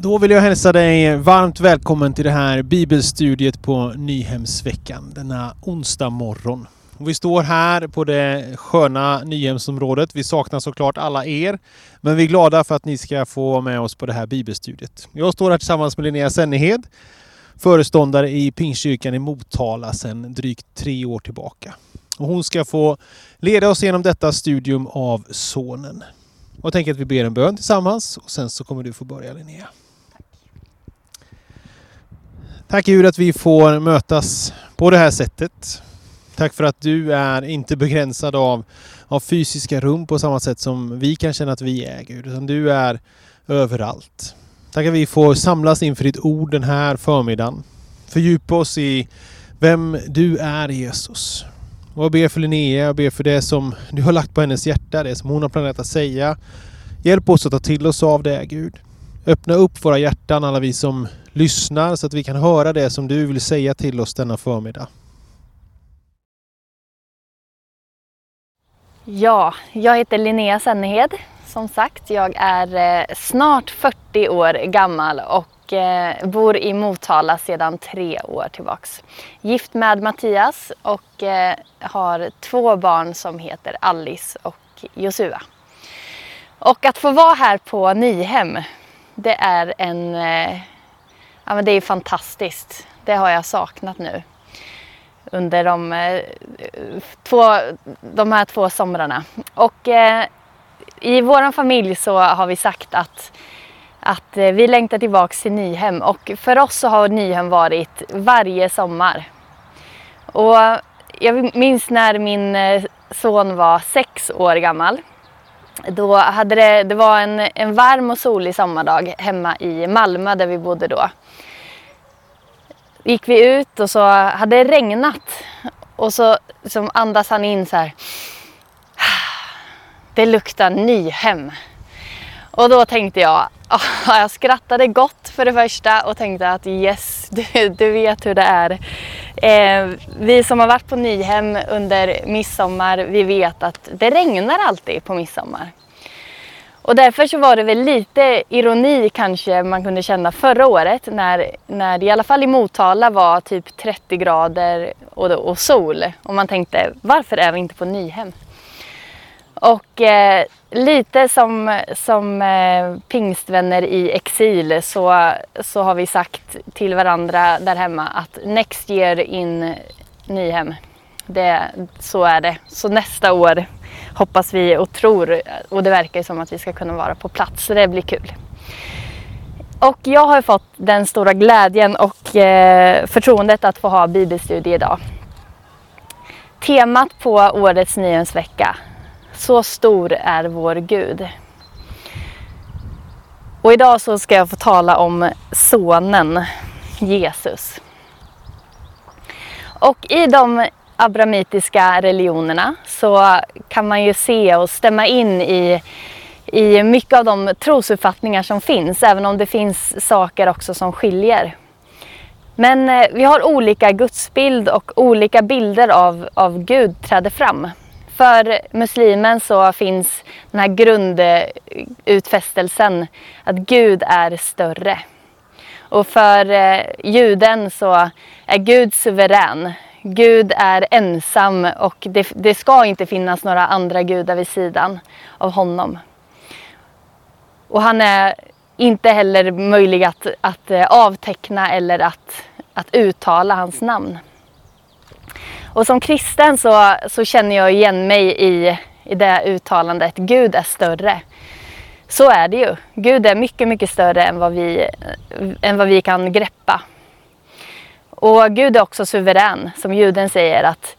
Då vill jag hälsa dig varmt välkommen till det här bibelstudiet på Nyhemsveckan denna onsdag morgon. Och vi står här på det sköna Nyhemsområdet. Vi saknar såklart alla er, men vi är glada för att ni ska få vara med oss på det här bibelstudiet. Jag står här tillsammans med Linnea Sennehed, föreståndare i Pingstkyrkan i Motala sedan drygt 3 år tillbaka. Och hon ska få leda oss genom detta studium av Sonen. Och jag tänker att vi ber en bön tillsammans och sen så kommer du få börja, Linnea. Tack Gud att vi får mötas på det här sättet. Tack för att du är inte begränsad av fysiska rum på samma sätt som vi kan känna att vi är, Gud. Utan du är överallt. Tack att vi får samlas inför ditt ord den här förmiddagen. Fördjupa oss i vem du är, Jesus. Och jag ber för Linnea, jag ber för det som du har lagt på hennes hjärta, det som hon har planerat att säga. Hjälp oss att ta till oss av det, Gud. Öppna upp våra hjärtan, alla vi som lyssnar, så att vi kan höra det som du vill säga till oss denna förmiddag. Ja, jag heter Linnea Sennehed. Som sagt, jag är snart 40 år gammal och bor i Motala sedan 3 år tillbaks. Gift med Mattias och har 2 barn som heter Alice och Josua. Och att få vara här på Nyhem, det är det är fantastiskt. Det har jag saknat nu under de här 2 somrarna. Och i vår familj så har vi sagt att vi längtar tillbaka till Nyhem. Och för oss så har Nyhem varit varje sommar. Och jag minns när min son var 6 år gammal. Då det var en varm och solig sommardag hemma i Malmö där vi bodde då. Gick vi ut och så hade det regnat och så andas han in så här. Det luktar Nyhem. Och då tänkte jag skrattade gott för det första och tänkte att yes, du vet hur det är. Vi som har varit på Nyhem under midsommar, vi vet att det regnar alltid på midsommar. Och därför så var det väl lite ironi kanske man kunde känna förra året när det i alla fall i Motala var typ 30 grader och sol. Och man tänkte, varför är vi inte på Nyhem? Och lite som pingstvänner i exil så har vi sagt till varandra där hemma att next year in Nyhem. Så är det. Så nästa år hoppas vi och tror, och det verkar som att vi ska kunna vara på plats, så det blir kul. Och jag har fått den stora glädjen och förtroendet att få ha bibelstudie idag. Temat på årets Nyhemsvecka: så stor är vår Gud. Och idag så ska jag få tala om sonen Jesus. Och i de abramitiska religionerna så kan man ju se och stämma in i mycket av de trosuppfattningar som finns, även om det finns saker också som skiljer. Men vi har olika gudsbild och olika bilder av Gud träder fram. För muslimen så finns den här grundutfästelsen att Gud är större. Och för juden så är Gud suverän. Gud är ensam och det ska inte finnas några andra gudar vid sidan av honom. Och han är inte heller möjlig att avteckna eller att uttala hans namn. Och som kristen så känner jag igen mig i det uttalandet. Gud är större. Så är det ju. Gud är mycket, mycket större än vad vi kan greppa. Och Gud är också suverän, som juden säger, att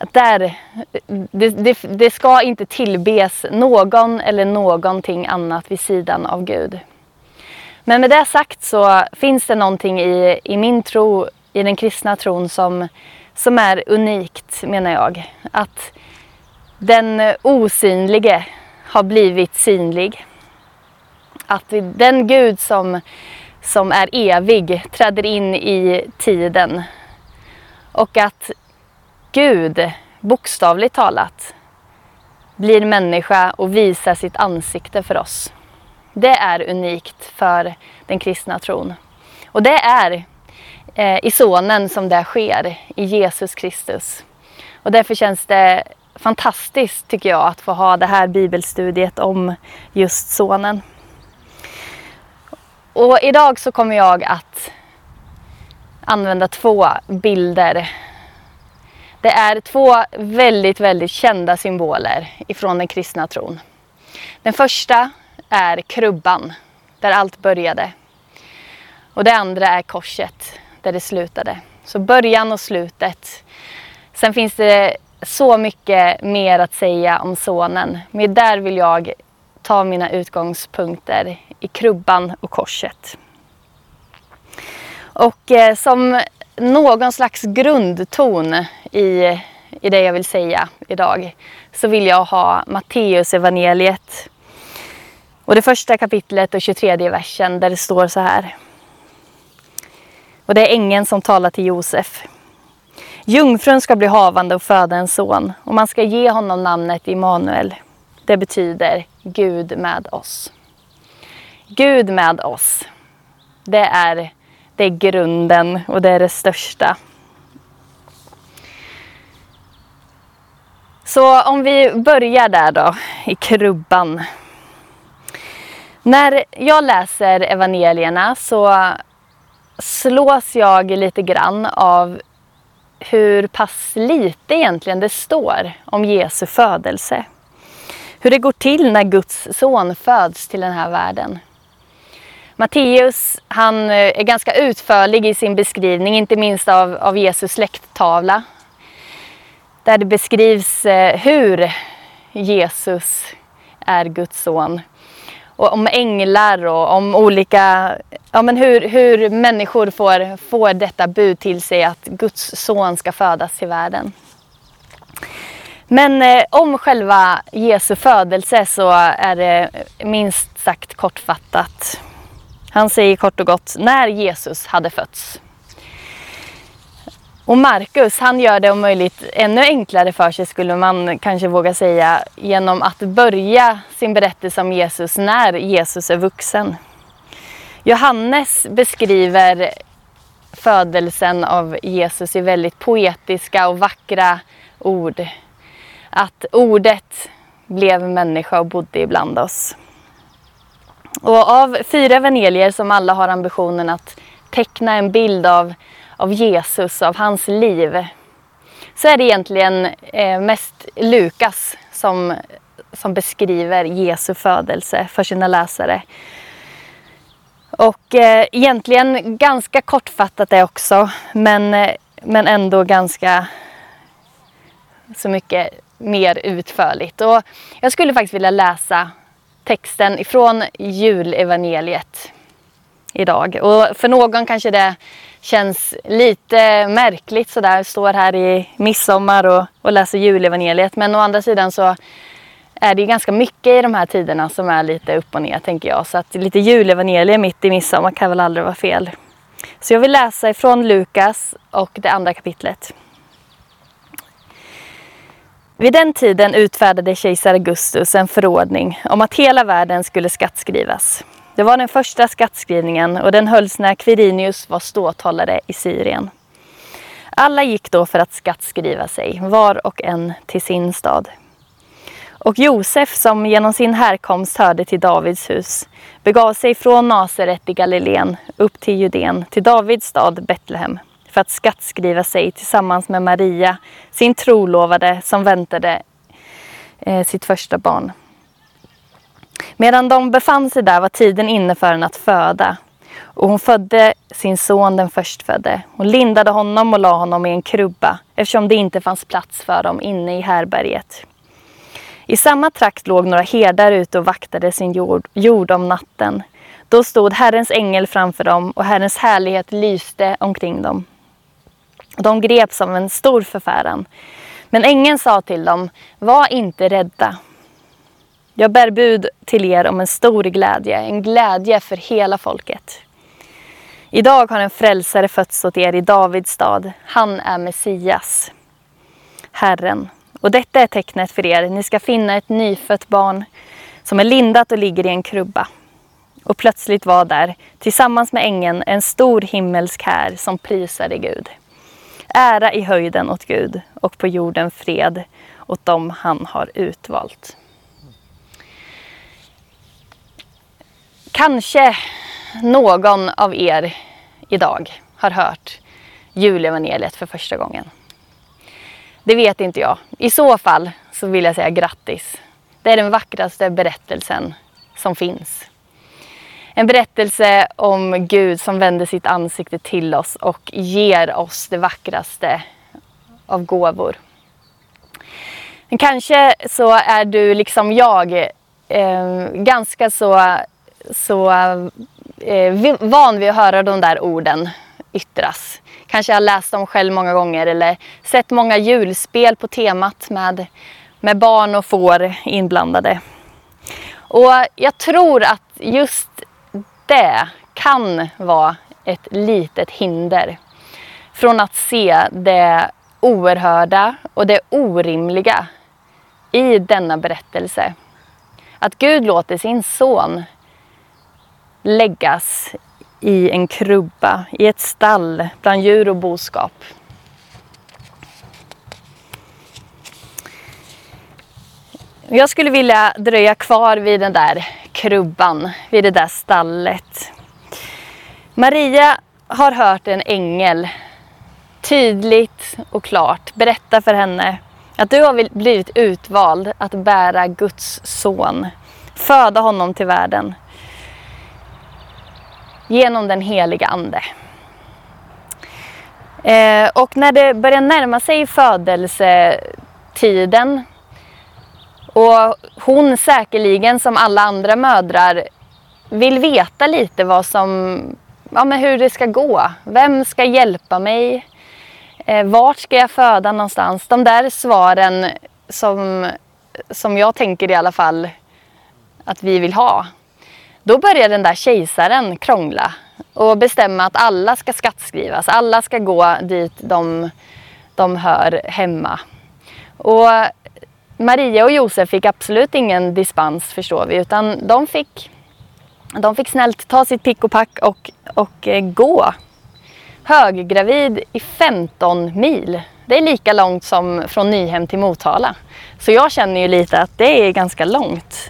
det ska inte tillbes någon eller någonting annat vid sidan av Gud. Men med det sagt så finns det någonting i min tro, i den kristna tron som är unikt, menar jag. Att den osynlige har blivit synlig. Att den Gud som är evig träder in i tiden. Och att Gud, bokstavligt talat, blir människa och visar sitt ansikte för oss. Det är unikt för den kristna tron. Och det är i sonen som det sker, i Jesus Kristus. Och därför känns det fantastiskt tycker jag att få ha det här bibelstudiet om just sonen. Och idag så kommer jag att använda 2 bilder. Det är 2 väldigt, väldigt kända symboler ifrån den kristna tron. Den första är krubban, där allt började. Och det andra är korset, där det slutade. Så början och slutet. Sen finns det så mycket mer att säga om sonen. Men där vill jag ta mina utgångspunkter i krubban och korset. Och som någon slags grundton i det jag vill säga idag så vill jag ha Matteus evangeliet. Och det första kapitlet och 23 versen där det står så här. Och det är ängeln som talar till Josef. Jungfrun ska bli havande och föda en son. Och man ska ge honom namnet Immanuel. Det betyder Gud med oss. Gud med oss. Det är grunden och det är det största. Så om vi börjar där då, i krubban. När jag läser evangelierna så slås jag lite grann av hur pass lite egentligen det står om Jesu födelse. Hur det går till när Guds son föds till den här världen. Matteus, han är ganska utförlig i sin beskrivning, inte minst av Jesus släkttavla. Där det beskrivs hur Jesus är Guds son. Och om änglar och om olika, men hur människor får detta bud till sig att Guds son ska födas till världen. Men om själva Jesu födelse så är det minst sagt kortfattat. Han säger kort och gott när Jesus hade fötts. Och Markus, han gör det om möjligt ännu enklare för sig skulle man kanske våga säga genom att börja sin berättelse om Jesus när Jesus är vuxen. Johannes beskriver födelsen av Jesus i väldigt poetiska och vackra ord. Att ordet blev människa och bodde ibland oss. Och av 4 evangelier som alla har ambitionen att teckna en bild av Jesus, av hans liv, så är det egentligen mest Lukas som beskriver Jesu födelse för sina läsare. Och egentligen ganska kortfattat är också, men ändå ganska så mycket mer utförligt. Och jag skulle faktiskt vilja läsa texten ifrån julevangeliet idag. Och för någon kanske det känns lite märkligt sådär, står här i midsommar och läser julevangeliet. Men å andra sidan så är det ganska mycket i de här tiderna som är lite upp och ner tänker jag. Så att lite julevangelie mitt i midsommar kan väl aldrig vara fel. Så jag vill läsa ifrån Lukas och det andra kapitlet. Vid den tiden utfärdade kejsar Augustus en förordning om att hela världen skulle skattskrivas. Det var den första skattskrivningen och den hölls när Quirinius var ståthållare i Syrien. Alla gick då för att skattskriva sig, var och en till sin stad. Och Josef, som genom sin härkomst hörde till Davids hus, begav sig från Nasaret i Galileen upp till Judén, till Davids stad Betlehem, för att skattskriva sig tillsammans med Maria, sin trolovade som väntade sitt första barn. Medan de befann sig där var tiden inne för henne att föda. Och hon födde sin son den förstfödde. Hon lindade honom och la honom i en krubba eftersom det inte fanns plats för dem inne i härberget. I samma trakt låg några herdar ute och vaktade sin jord om natten. Då stod Herrens ängel framför dem och Herrens härlighet lyste omkring dem. De greps av en stor förfäran. Men ängeln sa till dem, var inte rädda. Jag bär bud till er om en stor glädje, en glädje för hela folket. Idag har en frälsare fötts åt er i Davids stad. Han är Messias, Herren. Och detta är tecknet för er. Ni ska finna ett nyfött barn som är lindat och ligger i en krubba. Och plötsligt var där, tillsammans med ängeln, en stor himmelsk här som prisade Gud. Ära i höjden åt Gud och på jorden fred åt dem han har utvalt. Kanske någon av er idag har hört julevangeliet för första gången. Det vet inte jag. I så fall så vill jag säga grattis. Det är den vackraste berättelsen som finns. En berättelse om Gud som vänder sitt ansikte till oss och ger oss det vackraste av gåvor. Men kanske så är du liksom jag ganska så van vid att höra de där orden yttras. Kanske har läst dem själv många gånger eller sett många julspel på temat med barn och får inblandade. Och jag tror att just det kan vara ett litet hinder från att se det oerhörda och det orimliga i denna berättelse. Att Gud låter sin son läggas i en krubba, i ett stall bland djur och boskap. Jag skulle vilja dröja kvar vid den där krubban, vid det där stallet. Maria har hört en ängel tydligt och klart berätta för henne att du har blivit utvald att bära Guds son, föda honom till världen genom den heliga ande. Och när det börjar närma sig födelsetiden och hon säkerligen som alla andra mödrar vill veta lite men hur det ska gå. Vem ska hjälpa mig? Vart ska jag föda någonstans? De där svaren som jag tänker i alla fall att vi vill ha. Då börjar den där kejsaren krångla och bestämma att alla ska skattskrivas. Alla ska gå dit de hör hemma. Och Maria och Josef fick absolut ingen dispens, förstår vi, utan de fick snällt ta sitt pick och pack och gå. Höggravid i 15 mil. Det är lika långt som från Nyhem till Motala. Så jag känner ju lite att det är ganska långt.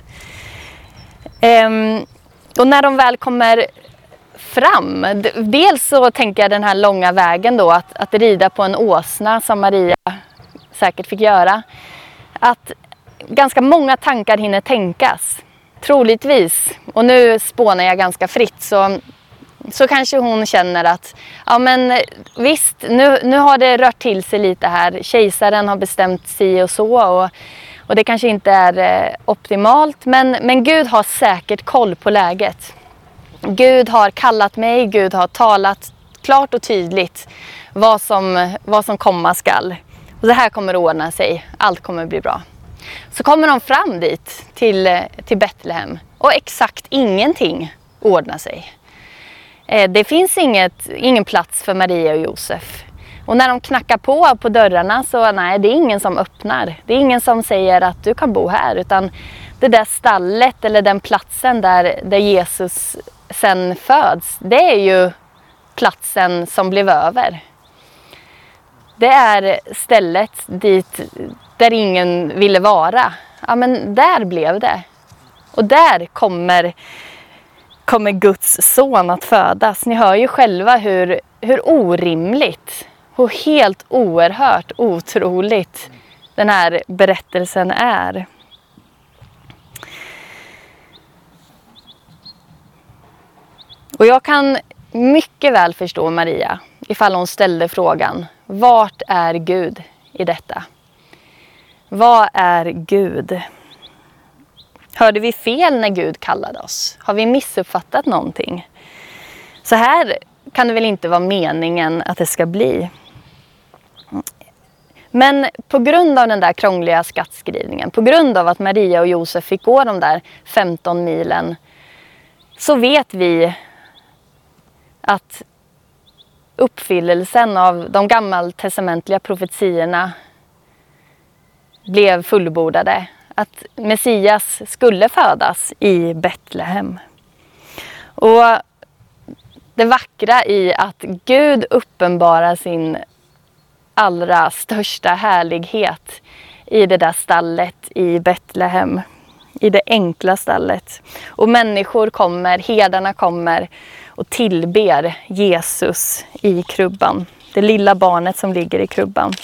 Och när de väl kommer fram, dels så tänker jag den här långa vägen då, att rida på en åsna som Maria säkert fick göra. Att ganska många tankar hinner tänkas. Troligtvis, och nu spånar jag ganska fritt, så kanske hon känner att ja men visst, nu har det rört till sig lite här. Kejsaren har bestämt si och så och det kanske inte är optimalt, men Gud har säkert koll på läget. Gud har kallat mig, Gud har talat klart och tydligt vad som komma skall. Och det här kommer att ordna sig, allt kommer att bli bra. Så kommer de fram dit till Betlehem och exakt ingenting ordnar sig. Det finns ingen plats för Maria och Josef. Och när de knackar på dörrarna så nej, det är ingen som öppnar. Det är ingen som säger att du kan bo här, utan det där stallet eller den platsen där Jesus sen föds, det är ju platsen som blev över. Det är stället dit där ingen ville vara. Ja, men där blev det. Och där kommer Guds son att födas. Ni hör ju själva hur orimligt och helt oerhört otroligt den här berättelsen är. Och jag kan mycket väl förstå Maria ifall hon ställde frågan: vart är Gud i detta? Vad är Gud? Hörde vi fel när Gud kallade oss? Har vi missuppfattat någonting? Så här kan det väl inte vara meningen att det ska bli. Men på grund av den där krångliga skattskrivningen, på grund av att Maria och Josef fick gå de där 15 milen, så vet vi att uppfyllelsen av de gammaltestamentliga profetierna blev fullbordade. Att Messias skulle födas i Betlehem. Och det vackra i att Gud uppenbarar sin allra största härlighet i det där stallet i Betlehem. I det enkla stallet. Och människor kommer, herdarna kommer och tillber Jesus i krubban. Det lilla barnet som ligger i krubban.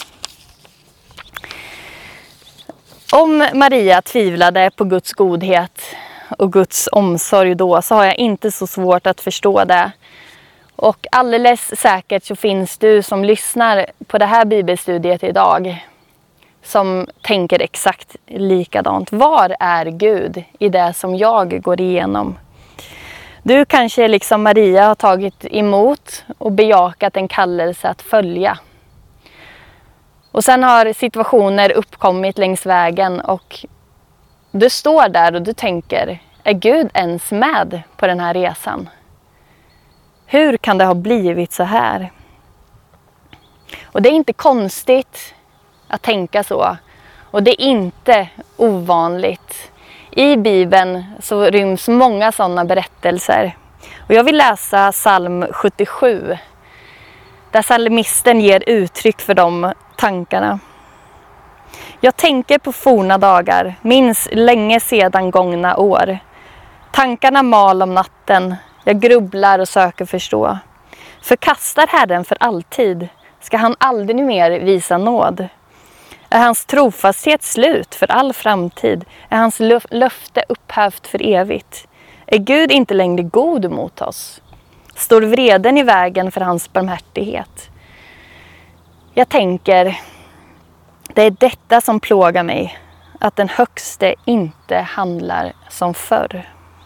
Om Maria tvivlade på Guds godhet och Guds omsorg då, så har jag inte så svårt att förstå det. Och alldeles säkert så finns du som lyssnar på det här bibelstudiet idag som tänker exakt likadant. Var är Gud i det som jag går igenom? Du kanske liksom Maria har tagit emot och bejakat en kallelse att följa. Och sen har situationer uppkommit längs vägen och du står där och du tänker, är Gud ens med på den här resan? Hur kan det ha blivit så här? Och det är inte konstigt att tänka så. Och det är inte ovanligt. I Bibeln så ryms många sådana berättelser. Och jag vill läsa psalm 77. Där psalmisten ger uttryck för de tankarna. Jag tänker på forna dagar, minns länge sedan gångna år. Tankarna mal om natten, jag grubblar och söker förstå. Förkastar Herren för alltid, ska han aldrig mer visa nåd. Är hans trofasthet slut för all framtid, är hans löfte upphävt för evigt. Är Gud inte längre god mot oss? Står vreden i vägen för hans barmhärtighet? Jag tänker, det är detta som plågar mig, att den högste inte handlar som förr.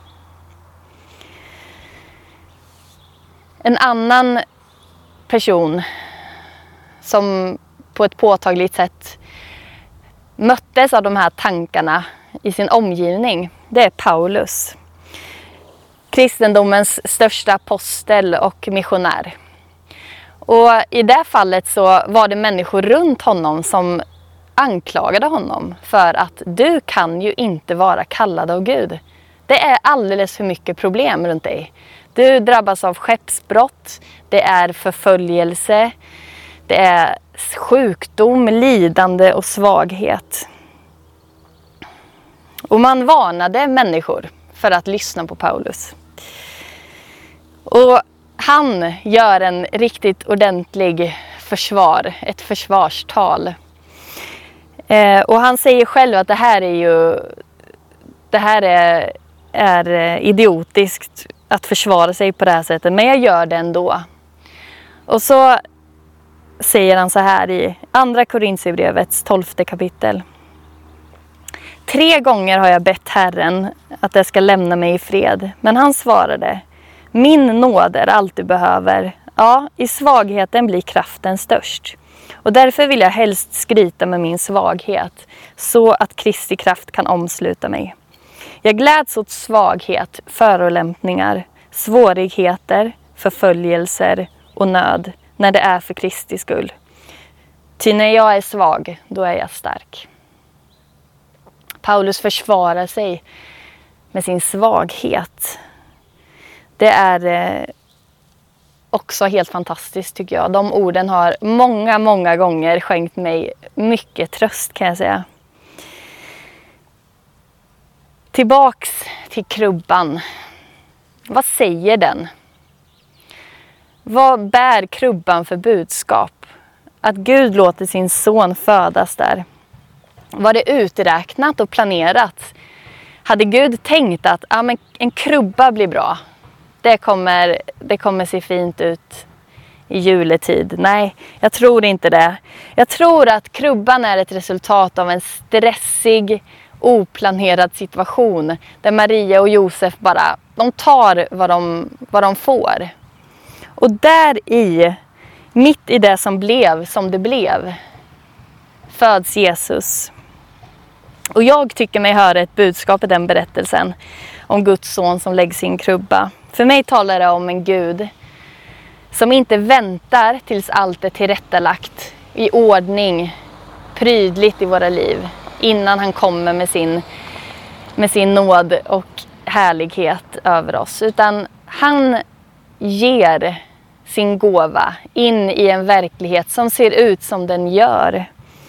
En annan person som på ett påtagligt sätt möttes av de här tankarna i sin omgivning, det är Paulus. Kristendomens största apostel och missionär. Och i det fallet så var det människor runt honom som anklagade honom för att du kan ju inte vara kallad av Gud. Det är alldeles för mycket problem runt dig. Du drabbas av skeppsbrott, det är förföljelse, det är sjukdom, lidande och svaghet. Och man varnade människor för att lyssna på Paulus. Och han gör en riktigt ordentlig ett försvarstal. Och han säger själv att det här är idiotiskt att försvara sig på det här sättet, men jag gör det ändå. Och så säger han så här i andra Korinthierbrevets 12:e kapitel. 3 gånger har jag bett Herren att det ska lämna mig i fred, men han svarade, min nåd är allt du behöver. Ja, i svagheten blir kraften störst. Och därför vill jag helst skryta med min svaghet, så att Kristi kraft kan omsluta mig. Jag gläds åt svaghet, förolämpningar, svårigheter, förföljelser och nöd, när det är för Kristi skull. Ty när jag är svag, då är jag stark. Paulus försvarar sig med sin svaghet. Det är också helt fantastiskt tycker jag. De orden har många gånger skänkt mig mycket tröst, kan jag säga. Tillbaks till krubban. Vad säger den? Vad bär krubban för budskap? Att Gud låter sin son födas där. Var det uträknat och planerat? Hade Gud tänkt att men en krubba blir bra? Det kommer se fint ut i juletid. Nej, jag tror inte det. Jag tror att krubban är ett resultat av en stressig, oplanerad situation. Där Maria och Josef de tar vad de får. Och mitt i det som blev som det blev, föds Jesus. Och jag tycker mig höra ett budskap i den berättelsen om Guds son som läggs i en krubba. För mig talar det om en Gud som inte väntar tills allt är tillrättalagt i ordning, prydligt i våra liv, innan han kommer med sin nåd och härlighet över oss. Utan han ger sin gåva in i en verklighet som ser ut som den gör.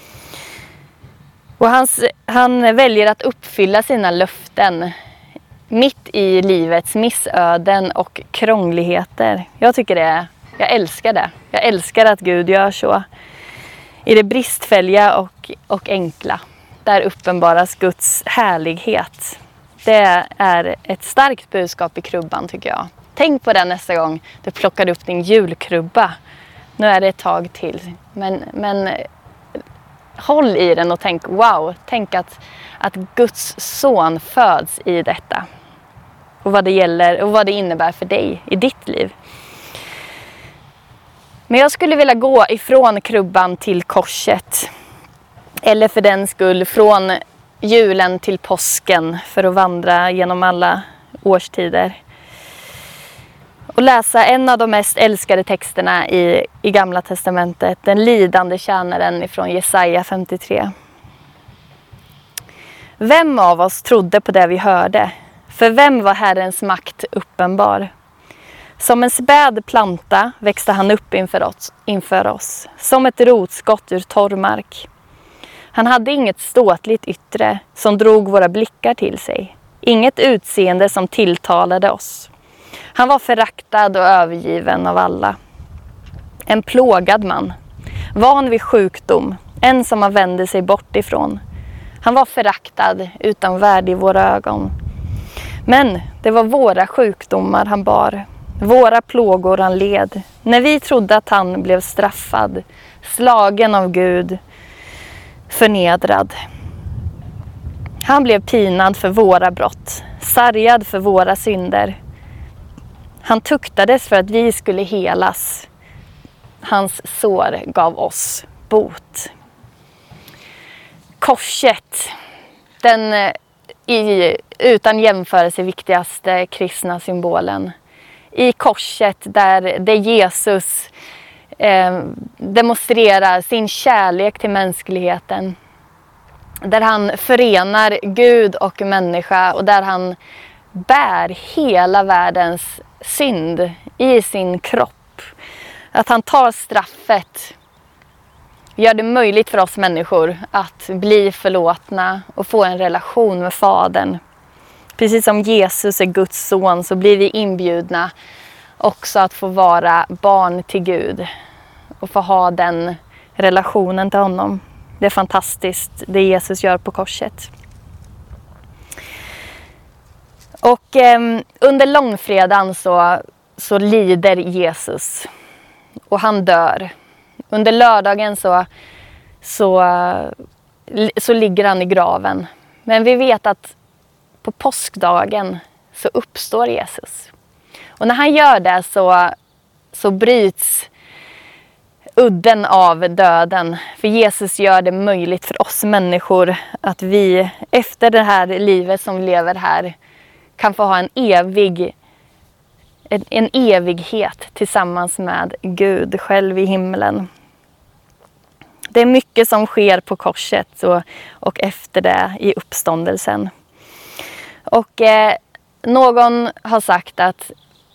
Och han väljer att uppfylla sina löften mitt i livets missöden och krångligheter. Jag älskar det. Jag älskar att Gud gör så. I det bristfälliga och enkla. Där uppenbaras Guds härlighet. Det är ett starkt budskap i krubban, tycker jag. Tänk på det nästa gång du plockar upp din julkrubba. Nu är det ett tag till. Men håll i den och tänk, wow. Tänk att Guds son föds i detta. Och vad det gäller och vad det innebär för dig i ditt liv. Men jag skulle vilja gå ifrån krubban till korset. Eller för den skull från julen till påsken för att vandra genom alla årstider. Och läsa en av de mest älskade texterna i Gamla testamentet. Den lidande tjänaren ifrån Jesaja 53. Vem av oss trodde på det vi hörde? För vem var Herrens makt uppenbar? Som en späd planta växte han upp inför oss. Som ett rotskott ur torr mark. Han hade inget ståtligt yttre som drog våra blickar till sig. Inget utseende som tilltalade oss. Han var föraktad och övergiven av alla. En plågad man. Van vid sjukdom. En som man vände sig bort ifrån. Han var föraktad utan värde i våra ögon. Men det var våra sjukdomar han bar. Våra plågor han led. När vi trodde att han blev straffad. Slagen av Gud. Förnedrad. Han blev pinad för våra brott. Sargad för våra synder. Han tuktades för att vi skulle helas. Hans sår gav oss bot. Korset. Den utan jämförelse viktigaste kristna symbolen. I korset där Jesus demonstrerar sin kärlek till mänskligheten. Där han förenar Gud och människa och där han bär hela världens synd i sin kropp. Att han tar straffet, gör det möjligt för oss människor att bli förlåtna och få en relation med Fadern. Precis som Jesus är Guds son så blir vi inbjudna också att få vara barn till Gud och få ha den relationen till honom. Det är fantastiskt det Jesus gör på korset. Och under långfredagen så lider Jesus och han dör. Under lördagen så ligger han i graven. Men vi vet att på påskdagen så uppstår Jesus. Och när han gör det så bryts udden av döden. För Jesus gör det möjligt för oss människor att vi efter det här livet som vi lever här kan få ha en evighet tillsammans med Gud själv i himlen. Det är mycket som sker på korset och efter det i uppståndelsen. Och någon har sagt att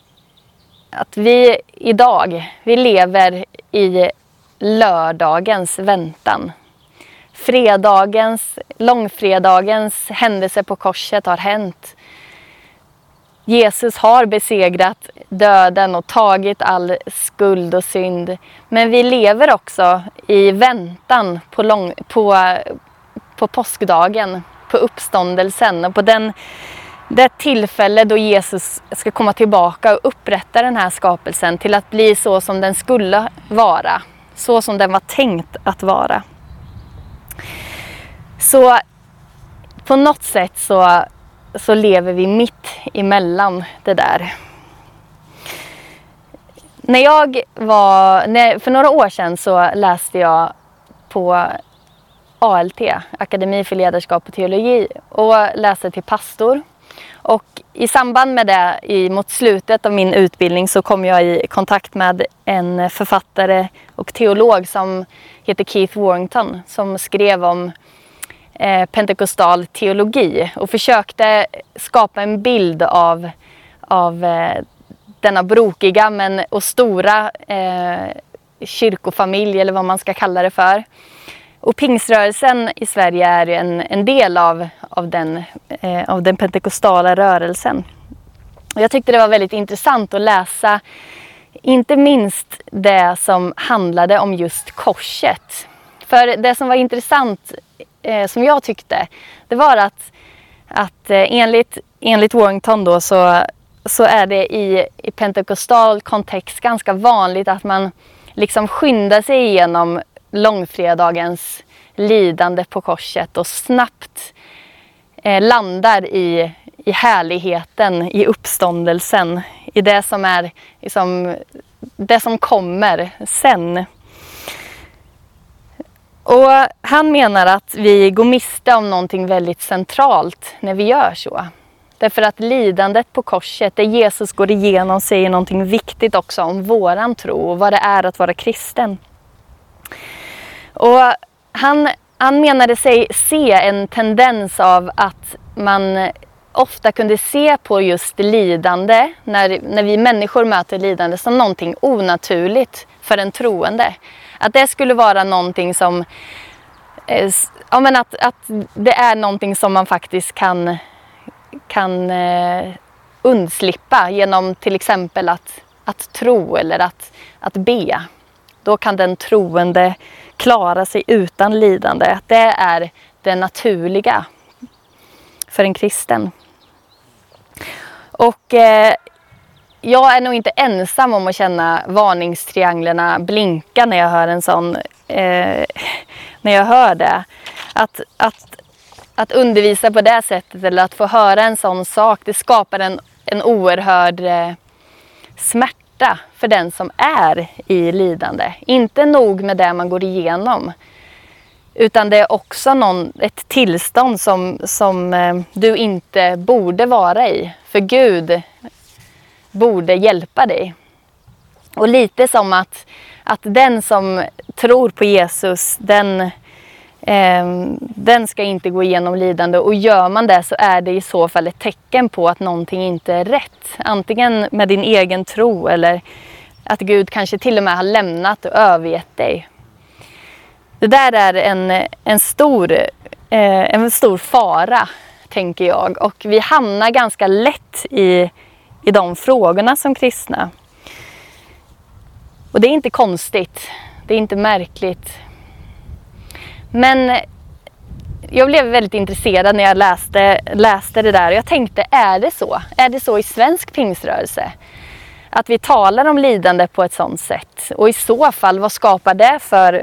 vi idag, vi lever i lördagens väntan. Långfredagens händelse på korset har hänt. Jesus har besegrat döden och tagit all skuld och synd. Men vi lever också i väntan på påskdagen, på uppståndelsen och på det tillfälle då Jesus ska komma tillbaka och upprätta den här skapelsen till att bli så som den skulle vara. Så som den var tänkt att vara. Så på något sätt så lever vi mitt emellan det där. För några år sedan så läste jag på ALT, Akademi för ledarskap och teologi, och läste till pastor. Och i samband med det, mot slutet av min utbildning, så kom jag i kontakt med en författare och teolog som heter Keith Warrington, som skrev om pentekostal teologi och försökte skapa en bild av denna brokiga och stora kyrkofamilj, eller vad man ska kalla det för. Och pingströrelsen i Sverige är en del av den pentekostala rörelsen. Och jag tyckte det var väldigt intressant att läsa, inte minst det som handlade om just korset. För det som var intressant, som jag tyckte, det var att enligt Warrington då så är det i pentekostal kontext ganska vanligt att man liksom skyndar sig igenom långfredagens lidande på korset och snabbt landar i härligheten, i uppståndelsen, i det som är liksom, det som kommer sen. Och han menar att vi går miste om någonting väldigt centralt när vi gör så. Därför att lidandet på korset, det Jesus går igenom, säger någonting viktigt också om våran tro och vad det är att vara kristen. Och han menade sig se en tendens av att man ofta kunde se på just lidande, när vi människor möter lidande, som någonting onaturligt för en troende. Att det skulle vara någonting som, att det är någonting som man faktiskt kan undslippa genom till exempel att tro eller att be. Då kan den troende klara sig utan lidande. Det är det naturliga för en kristen. Och jag är nog inte ensam om att känna varningstrianglerna blinka när jag hör en sån, när jag hör det. Att undervisa på det sättet eller att få höra en sån sak, det skapar en oerhörd smärta för den som är i lidande. Inte nog med det man går igenom, utan det är också ett tillstånd som du inte borde vara i. För Gud borde hjälpa dig. Och lite som att den som tror på Jesus, den ska inte gå igenom lidande. Och gör man det så är det i så fall ett tecken på att någonting inte är rätt. Antingen med din egen tro eller att Gud kanske till och med har lämnat och övergett dig. Det där är en stor fara, tänker jag. Och vi hamnar ganska lätt i de frågorna som kristna. Och det är inte konstigt. Det är inte märkligt. Men jag blev väldigt intresserad när jag läste det där. Och jag tänkte, är det så? Är det så i svensk pingströrelse? Att vi talar om lidande på ett sådant sätt. Och i så fall, vad skapar det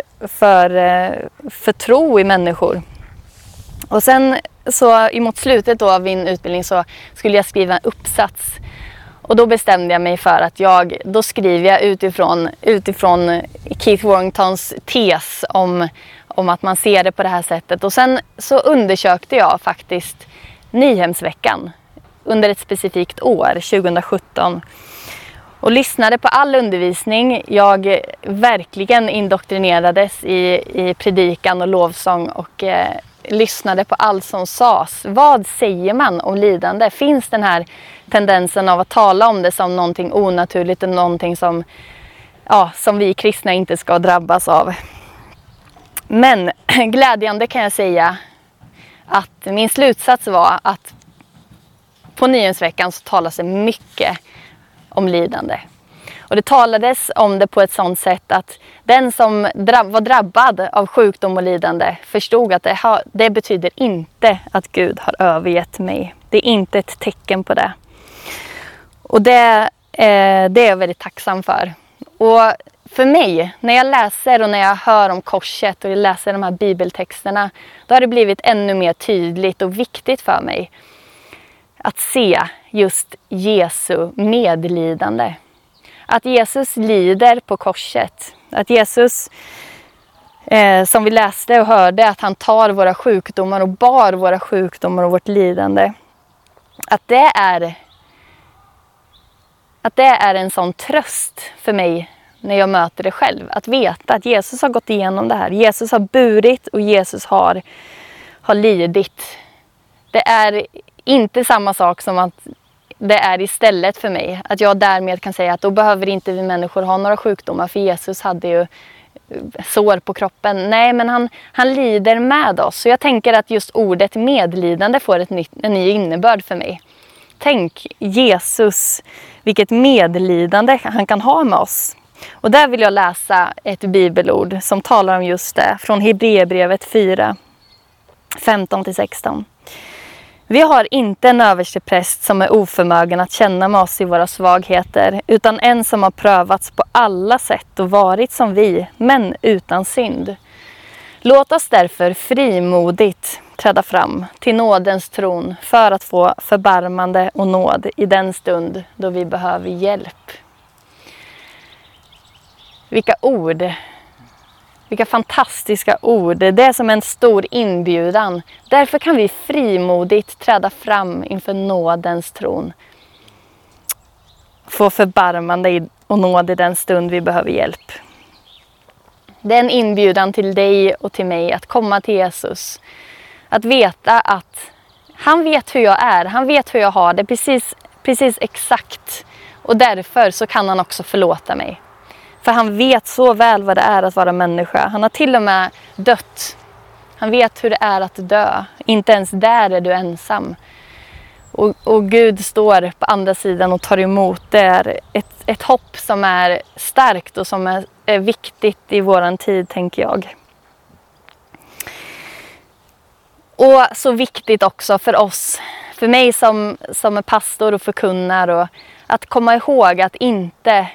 för tro i människor? Och sen så emot slutet då av min utbildning så skulle jag skriva en uppsats. Och då bestämde jag mig för att då skriver jag utifrån Keith Warringtons tes om att man ser det på det här sättet. Och sen så undersökte jag faktiskt Nyhemsveckan under ett specifikt år, 2017. Och lyssnade på all undervisning. Jag verkligen indoktrinerades i predikan och lovsång och lyssnade på allt som sades. Vad säger man om lidande? Finns den här tendensen av att tala om det som någonting onaturligt och någonting som vi kristna inte ska drabbas av? Men glädjande kan jag säga att min slutsats var att på Nyhemsveckan så talas det mycket om lidande. Och det talades om det på ett sådant sätt att den som var drabbad av sjukdom och lidande förstod att det betyder inte att Gud har övergett mig. Det är inte ett tecken på det. Och det är jag väldigt tacksam för. Och för mig, när jag läser och när jag hör om korset och jag läser de här bibeltexterna, då har det blivit ännu mer tydligt och viktigt för mig att se just Jesu medlidande. Att Jesus lider på korset. Att Jesus, som vi läste och hörde, att han tar våra sjukdomar och bar våra sjukdomar och vårt lidande. Att det är en sån tröst för mig när jag möter det själv. Att veta att Jesus har gått igenom det här. Jesus har burit och Jesus har lidit. Det är inte samma sak som att det är istället för mig. Att jag därmed kan säga att då behöver inte vi människor ha några sjukdomar, för Jesus hade ju sår på kroppen. Nej, men han lider med oss. Så jag tänker att just ordet medlidande får en ny innebörd för mig. Tänk Jesus, vilket medlidande han kan ha med oss. Och där vill jag läsa ett bibelord som talar om just det. Från Hebreerbrevet 4, 15-16. Vi har inte en överstepräst som är oförmögen att känna med oss i våra svagheter, utan en som har prövats på alla sätt och varit som vi, men utan synd. Låt oss därför frimodigt träda fram till nådens tron för att få förbarmande och nåd i den stund då vi behöver hjälp. Vilka ord! Vilka fantastiska ord. Det är som en stor inbjudan. Därför kan vi frimodigt träda fram inför nådens tron. Få förbarmande och nåd i den stund vi behöver hjälp. Det är en inbjudan till dig och till mig att komma till Jesus. Att veta att han vet hur jag är. Han vet hur jag har det precis exakt. Och därför så kan han också förlåta mig. För han vet så väl vad det är att vara människa. Han har till och med dött. Han vet hur det är att dö. Inte ens där är du ensam. Och Gud står på andra sidan och tar emot. Det är ett hopp som är starkt och som är viktigt i våran tid, tänker jag. Och så viktigt också för oss. För mig som är pastor och förkunnar. Och att komma ihåg att inte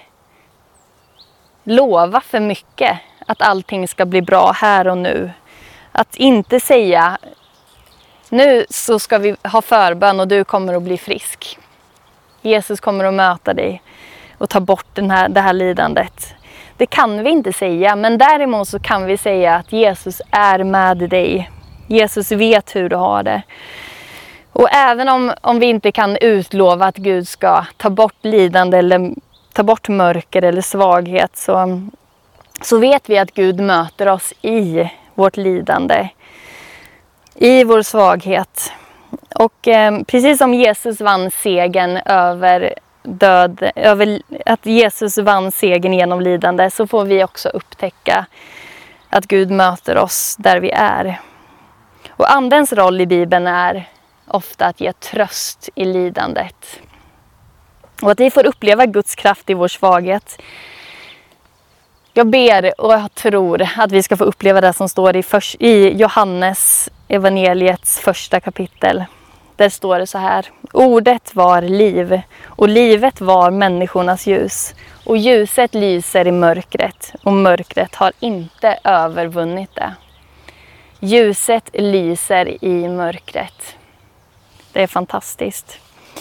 lova för mycket att allting ska bli bra här och nu. Att inte säga nu så ska vi ha förbön och du kommer att bli frisk. Jesus kommer att möta dig och ta bort det här lidandet. Det kan vi inte säga, men däremot så kan vi säga att Jesus är med dig. Jesus vet hur du har det. Och även om vi inte kan utlova att Gud ska ta bort lidande eller ta bort mörker eller svaghet, så vet vi att Gud möter oss i vårt lidande, i vår svaghet. Och precis som Jesus vann segern över död, att Jesus vann segern genom lidande, så får vi också upptäcka att Gud möter oss där vi är. Och andens roll i Bibeln är ofta att ge tröst i lidandet. Och att vi får uppleva Guds kraft i vår svaghet. Jag ber och jag tror att vi ska få uppleva det som står i Johannes evangeliets första kapitel. Där står det så här: ordet var liv och livet var människornas ljus. Och ljuset lyser i mörkret och mörkret har inte övervunnit det. Ljuset lyser i mörkret. Det är fantastiskt.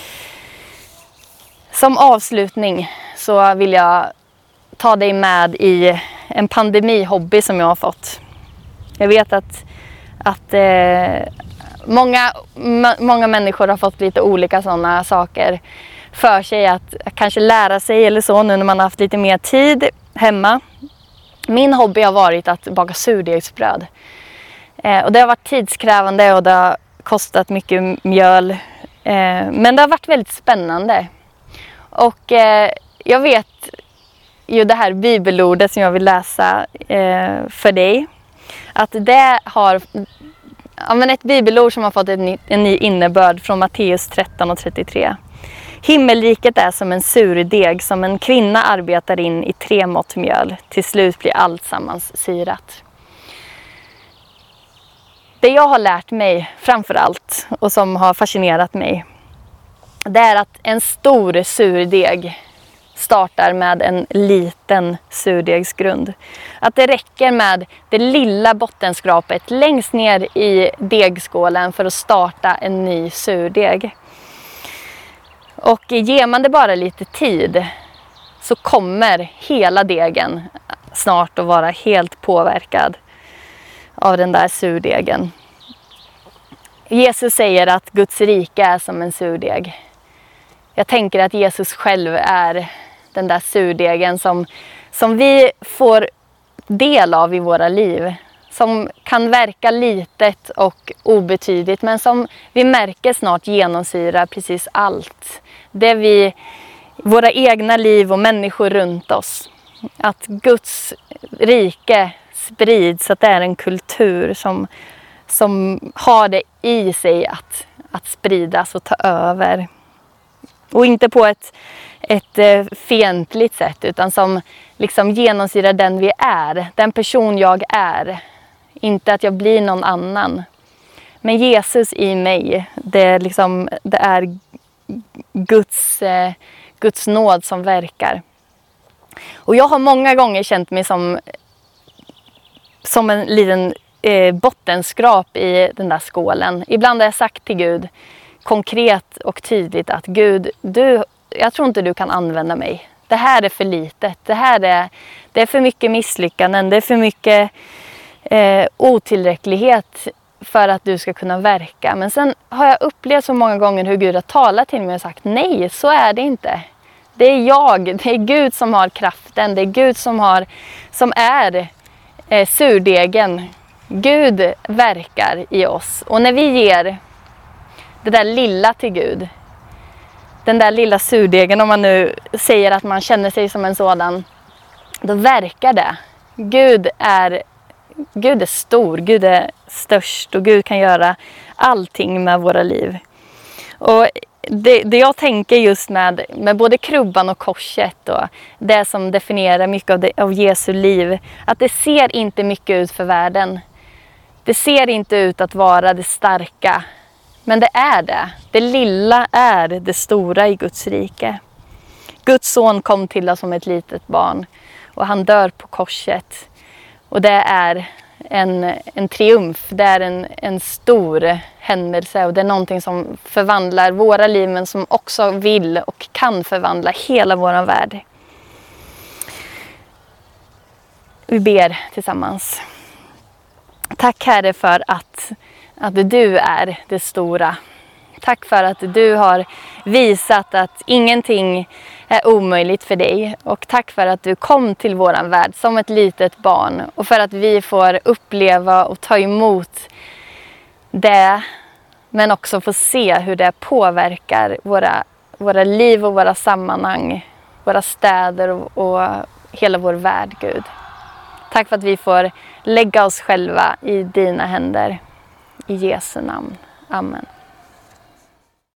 Som avslutning så vill jag ta dig med i en pandemihobby som jag har fått. Jag vet att många människor har fått lite olika sådana saker för sig att kanske lära sig eller så nu när man har haft lite mer tid hemma. Min hobby har varit att baka surdegsbröd. Och det har varit tidskrävande och det har kostat mycket mjöl. Men det har varit väldigt spännande. Och jag vet ju det här bibelordet som jag vill läsa för dig. Att det har ett bibelord som har fått en ny innebörd från Matteus 13:33. Himmelriket är som en surdeg som en kvinna arbetar in i 3 mått mjöl. Till slut blir allt sammans syrat. Det jag har lärt mig framför allt och som har fascinerat mig, det är att en stor surdeg startar med en liten surdegsgrund. Att det räcker med det lilla bottenskrapet längst ner i degskålen för att starta en ny surdeg. Och ger man det bara lite tid så kommer hela degen snart att vara helt påverkad av den där surdegen. Jesus säger att Guds rike är som en surdeg. Jag tänker att Jesus själv är den där surdegen som vi får del av i våra liv. Som kan verka litet och obetydligt, men som vi märker snart genomsyrar precis allt. våra egna liv och människor runt oss. Att Guds rike sprids, att det är en kultur som har det i sig att spridas och ta över. Och inte på ett fientligt sätt, utan som liksom genomsyrar den vi är, den person jag är. Inte att jag blir någon annan. Men Jesus i mig, det är Guds nåd som verkar. Och jag har många gånger känt mig som en liten bottenskrap i den där skålen. Ibland har jag sagt till Gud konkret och tydligt att Gud, jag tror inte du kan använda mig. Det här är för litet. Det är för mycket misslyckanden. Det är för mycket otillräcklighet för att du ska kunna verka. Men sen har jag upplevt så många gånger hur Gud har talat till mig och sagt nej, så är det inte. Det är Gud som har kraften. Det är Gud som är surdegen. Gud verkar i oss. Och när vi ger det där lilla till Gud, den där lilla surdegen, om man nu säger att man känner sig som en sådan, då verkar det. Gud är stor, Gud är störst och Gud kan göra allting med våra liv. Och det jag tänker just med både krubban och korset och det som definierar mycket av Jesu liv, att det ser inte mycket ut för världen. Det ser inte ut att vara det starka, men det är det. Det lilla är det stora i Guds rike. Guds son kom till oss som ett litet barn och han dör på korset. Och det är en triumf, det är en stor händelse och det är någonting som förvandlar våra liv, men som också vill och kan förvandla hela vår värld. Vi ber tillsammans. Tack Herre för att du är det stora. Tack för att du har visat att ingenting är omöjligt för dig. Och tack för att du kom till våran värld som ett litet barn. Och för att vi får uppleva och ta emot det. Men också få se hur det påverkar våra liv och våra sammanhang. Våra städer och hela vår värld, Gud. Tack för att vi får lägga oss själva i dina händer. I Jesu namn. Amen.